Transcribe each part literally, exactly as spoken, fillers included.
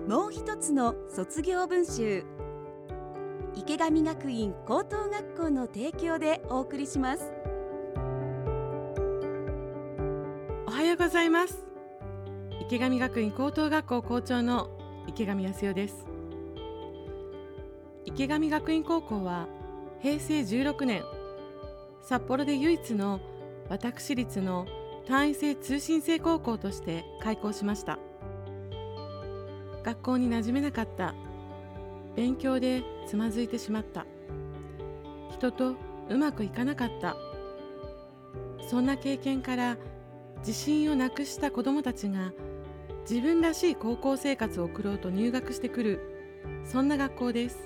もう一つの卒業文集、池上学院高等学校の提供でお送りします。 おはようございます。池上学院高等学校校長の池上康代です。池上学院高校はへいせいじゅうろくねん、札幌で唯一の私立の単位制通信制高校として開校しました。学校に馴染めなかった、勉強でつまずいてしまった、人とうまくいかなかった、そんな経験から自信をなくした子どもたちが自分らしい高校生活を送ろうと入学してくる、そんな学校です。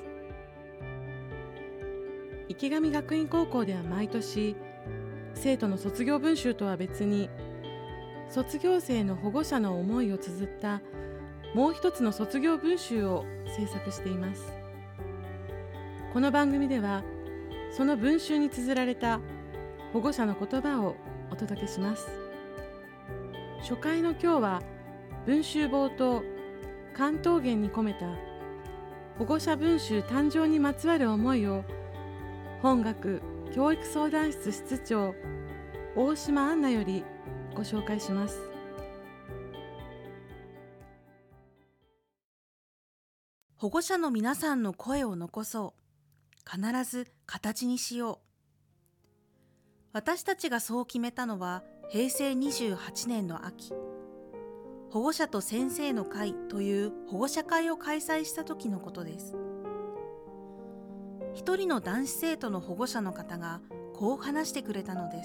池上学院高校では毎年、生徒の卒業文集とは別に、卒業生の保護者の思いを綴ったもう一つの卒業文集を制作しています。この番組では、その文集に綴られた保護者の言葉をお届けします。初回の今日は、文集冒頭、関東言に込めた保護者文集誕生にまつわる思いを、本学教育相談室室長大島杏奈よりご紹介します。 保護者の皆さんの声を残そう。必ず形にしよう。私たちがそう決めたのはへいせいにじゅうはちねんの秋、保護者と先生の会という保護者会を開催した時のことです。一人の男子生徒の保護者の方がこう話してくれたのです。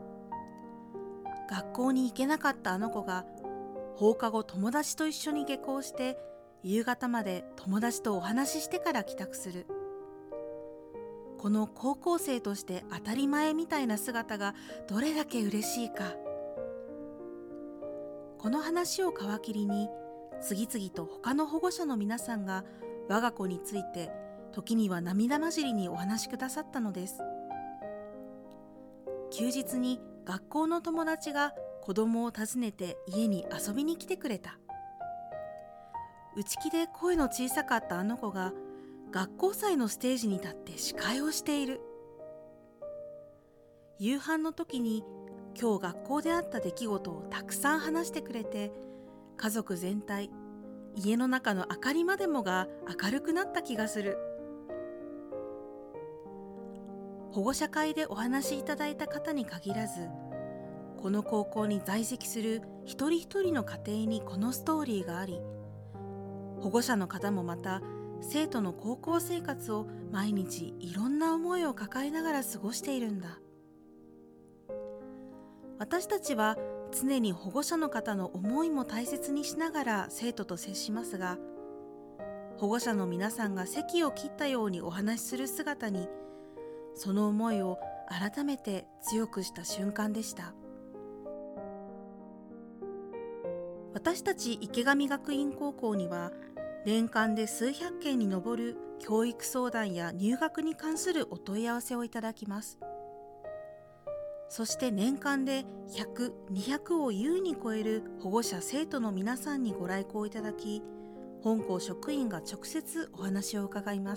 学校に行けなかったあの子が放課後友達と一緒に下校して夕方まで友達とお話ししてから帰宅する。この高校生として当たり前みたいな姿がどれだけ嬉しいか。この話を皮切りに次々と他の保護者の皆さんが我が子について時には涙まじりにお話しくださったのです。休日に学校の友達が子供を訪ねて家に遊びに来てくれた。内気で声の小さかったあの子が学校祭のステージに立って司会をしている。夕飯の時に今日学校であった出来事をたくさん話してくれて、家族全体、家の中の明かりまでもが明るくなった気がする。保護者会でお話しいただいた方に限らず、この高校に在籍する一人一人の家庭にこのストーリーがあり、保護者の方もまた生徒の高校生活を毎日いろんな思いを抱えながら過ごしているんだ。私たちは常に保護者の方の思いも大切にしながら生徒と接しますが、保護者の皆さんが席を切ったようにお話しする姿に、その思いを改めて強くした瞬間でした。私たち池上学院高校には年間で数百件に上る教育相談や入学に関するお問い合わせをいただきます。そして年間でひゃく、にひゃくを優に超える保護者生徒の皆さんにご来校いただき、本校職員が直接お話を伺います。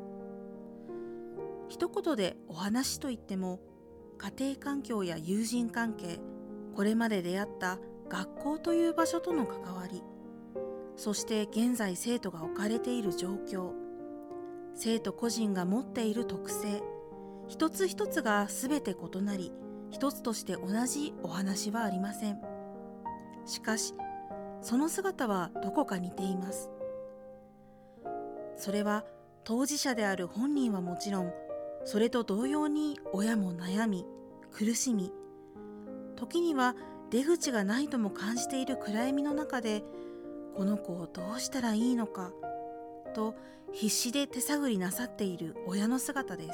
一言でお話といっても、家庭環境や友人関係、これまで出会った学校という場所との関わり、そして現在生徒が置かれている状況、生徒個人が持っている特性、一つ一つがすべて異なり、一つとして同じお話はありません。しかし、その姿はどこか似ています。それは当事者である本人はもちろん、それと同様に親も悩み、苦しみ、時には出口がないとも感じている暗闇の中で、この子をどうしたらいいのかと必死で手探りなさっている親の姿です。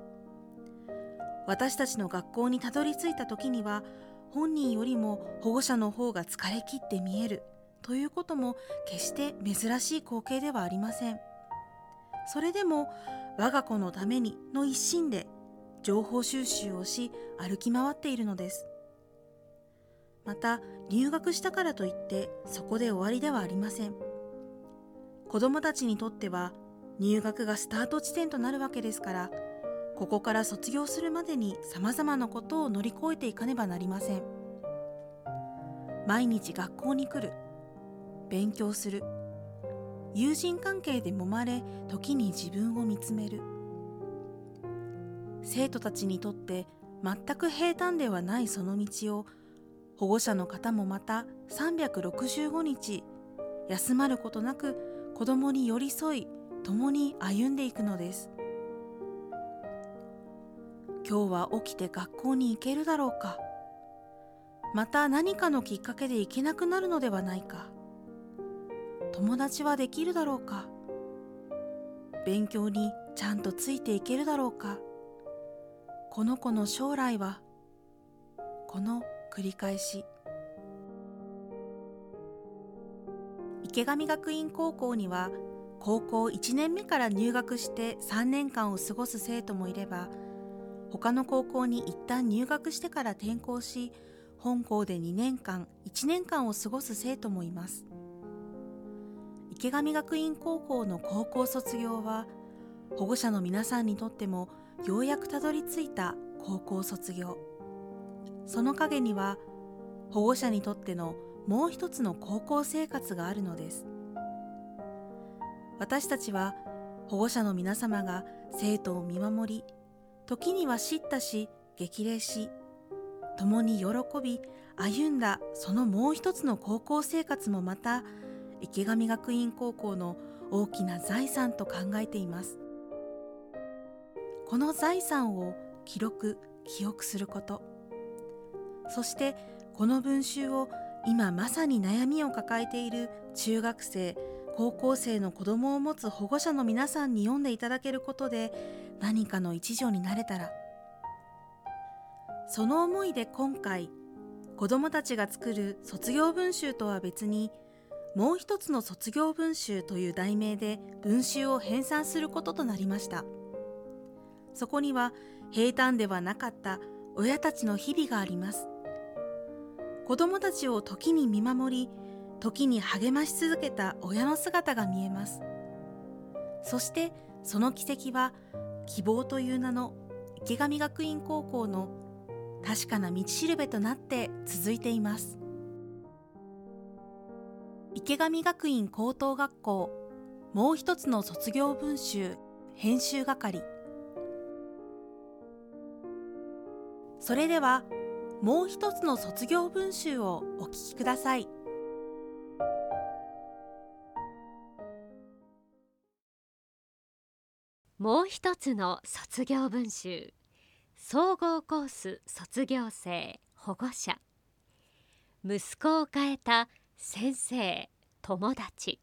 私たちの学校にたどり着いた時には、本人よりも保護者の方が疲れ切って見えるということも決して珍しい光景ではありません。それでも我が子のためにの一心で情報収集をし歩き回っているのです。また入学したからといってそこで終わりではありません。 子どもたちにとっては入学がスタート地点となるわけですから、ここから卒業するまでにさまざまなことを乗り越えていかねばなりません。毎日学校に来る、勉強する、友人関係で揉まれ、時に自分を見つめる。生徒たちにとって全く平坦ではないその道を、保護者の方もまたさんびゃくろくじゅうごにち休まることなく子供に寄り添い、共に歩んでいくのです。今日は起きて学校に行けるだろうか。また何かのきっかけで行けなくなるのではないか。友達はできるだろうか。勉強にちゃんとついていけるだろうか。この子の将来は、この繰り返し。池上学院高校には高校いちねんめから入学してさんねんかんを過ごす生徒もいれば、他の高校に一旦入学してから転校し、本校でにねんかん、いちねんかんを過ごす生徒もいます。池上学院高校の高校卒業は、保護者の皆さんにとってもようやくたどり着いた高校卒業。その陰には、保護者にとってのもう一つの高校生活があるのです。私たちは保護者の皆様が生徒を見守り、時には叱咤し激励し、共に喜び歩んだそのもう一つの高校生活もまた池上学院高校の大きな財産と考えています。この財産を記録・記憶すること、そしてこの文集を今まさに悩みを抱えている中学生、高校生の子供を持つ保護者の皆さんに読んでいただけることで、何かの一助になれたら。その思いで今回、子供たちが作る卒業文集とは別に、もう一つの卒業文集という題名で文集を編纂することとなりました。そこには平坦ではなかった親たちの日々があります。子供たちを時に見守り、時に励まし続けた親の姿が見えます。そしてその軌跡は、希望という名の池上学院高校の確かな道しるべとなって続いています。池上学院高等学校もう一つの卒業文集編集係。それではもう一つの卒業文集をお聞きください。 もう一つの卒業文集、総合コース卒業生保護者。息子を変えた先生友達。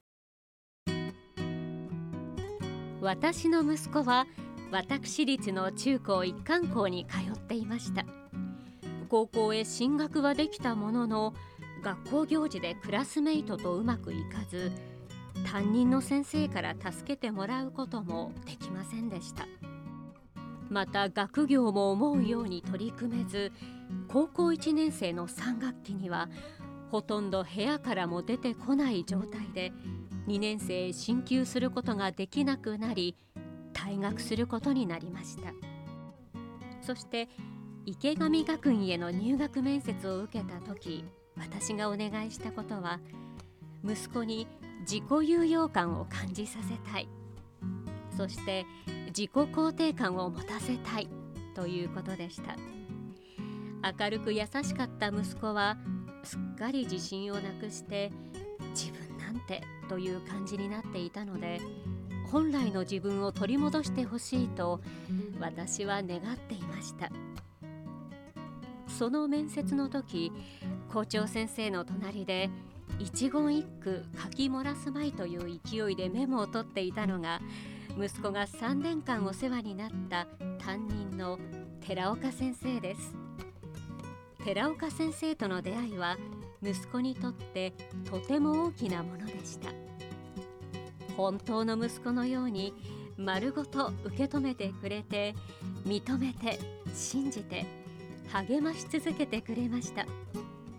私の息子は私立の中高一貫校に通っていました。高校へ進学はできたものの、学校行事でクラスメイトとうまくいかず、担任の先生から助けてもらうこともできませんでした。また学業も思うように取り組めず、高校いちねん生のさん学期にはほとんど部屋からも出てこない状態で、にねん生へ進級することができなくなり、退学することになりました。そして池上学院への入学面接を受けた時、私がお願いしたことは、息子に自己有用感を感じさせたい、そして自己肯定感を持たせたいということでした。明るく優しかった息子はすっかり自信をなくして、自分なんてという感じになっていたので、本来の自分を取り戻してほしいと私は願っていました。その面接の時、校長先生の隣で一言一句書き漏らすまいという勢いでメモを取っていたのが、息子がさんねんかんお世話になった担任の寺岡先生です。寺岡先生との出会いは息子にとってとても大きなものでした。本当の息子のように丸ごと受け止めてくれて、認めて信じて励まし続けてくれました。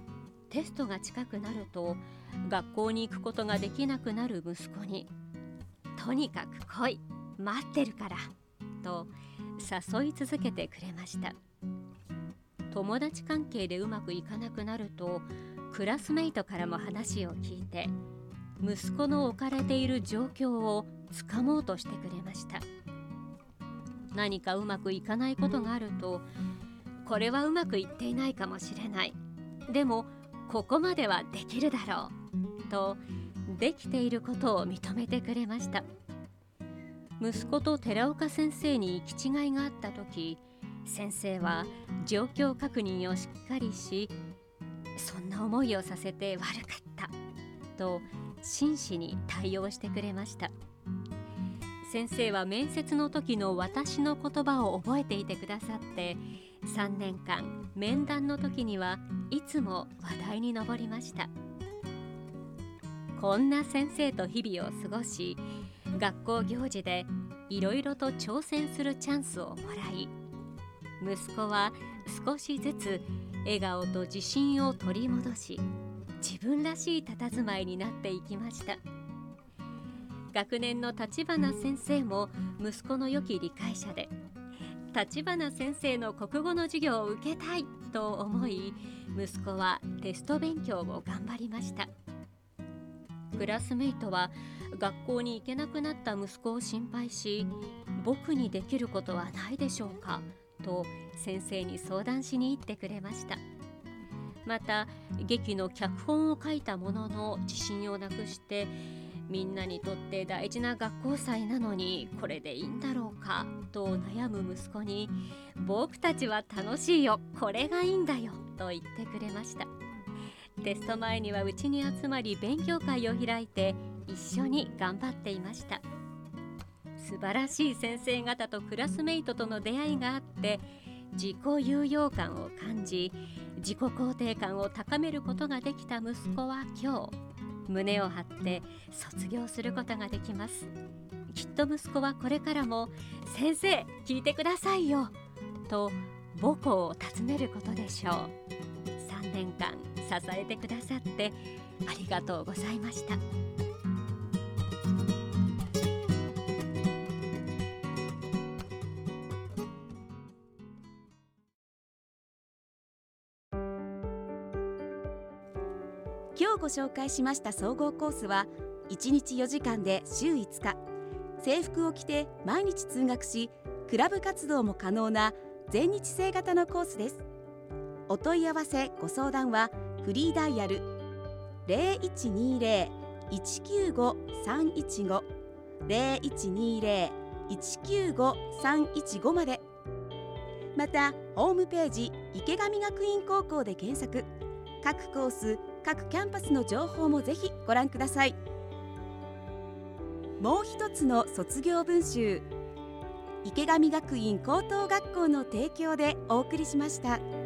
テストが近くなると学校に行くことができなくなる息子に、とにかく来い、待ってるからと誘い続けてくれました。友達関係でうまくいかなくなると、クラスメイトからも話を聞いて、息子の置かれている状況をつかもうとしてくれました。何かうまくいかないことがあると、これはうまくいっていないかもしれない、でもここまではできるだろうと、できていることを認めてくれました。息子と寺岡先生に行き違いがあった時、先生は状況確認をしっかりし、そんな思いをさせて悪かったと真摯に対応してくれました。先生は面接の時の私の言葉を覚えていてくださって、さんねんかん面談の時にはいつも話題に上りました。こんな先生と日々を過ごし、学校行事でいろいろと挑戦するチャンスをもらい、息子は少しずつ笑顔と自信を取り戻し、自分らしい佇まいになっていきました。学年の立花先生も息子の良き理解者で、立花先生の国語の授業を受けたいと思い、息子はテスト勉強を頑張りました。クラスメイトは学校に行けなくなった息子を心配し、僕にできることはないでしょうかと先生に相談しに行ってくれました。また劇の脚本を書いたものの自信をなくして、みんなにとって大事な学校祭なのにこれでいいんだろうかと悩む息子に、僕たちは楽しいよ、これがいいんだよと言ってくれました。テスト前にはうちに集まり勉強会を開いて一緒に頑張っていました。素晴らしい先生方とクラスメイトとの出会いがあって、自己有用感を感じ、自己肯定感を高めることができた息子は今日、胸を張って卒業することができます。きっと息子はこれからも、先生聞いてくださいよと母校を訪ねることでしょう。さんねんかん支えてくださってありがとうございました。 今日ご紹介しました総合コースはいちにちよじかんで週いつか、制服を着て毎日通学し、クラブ活動も可能な全日制型のコースです。お問い合わせご相談はフリーダイヤル ゼロいちにゼロ いちきゅうご さんいちご ゼロいちにゼロ いちきゅうご さんいちご まで。またホームページ池上学院高校で検索、各コース各キャンパスの情報もぜひご覧ください。もう一つの卒業文集、池上学院高等学校の提供でお送りしました。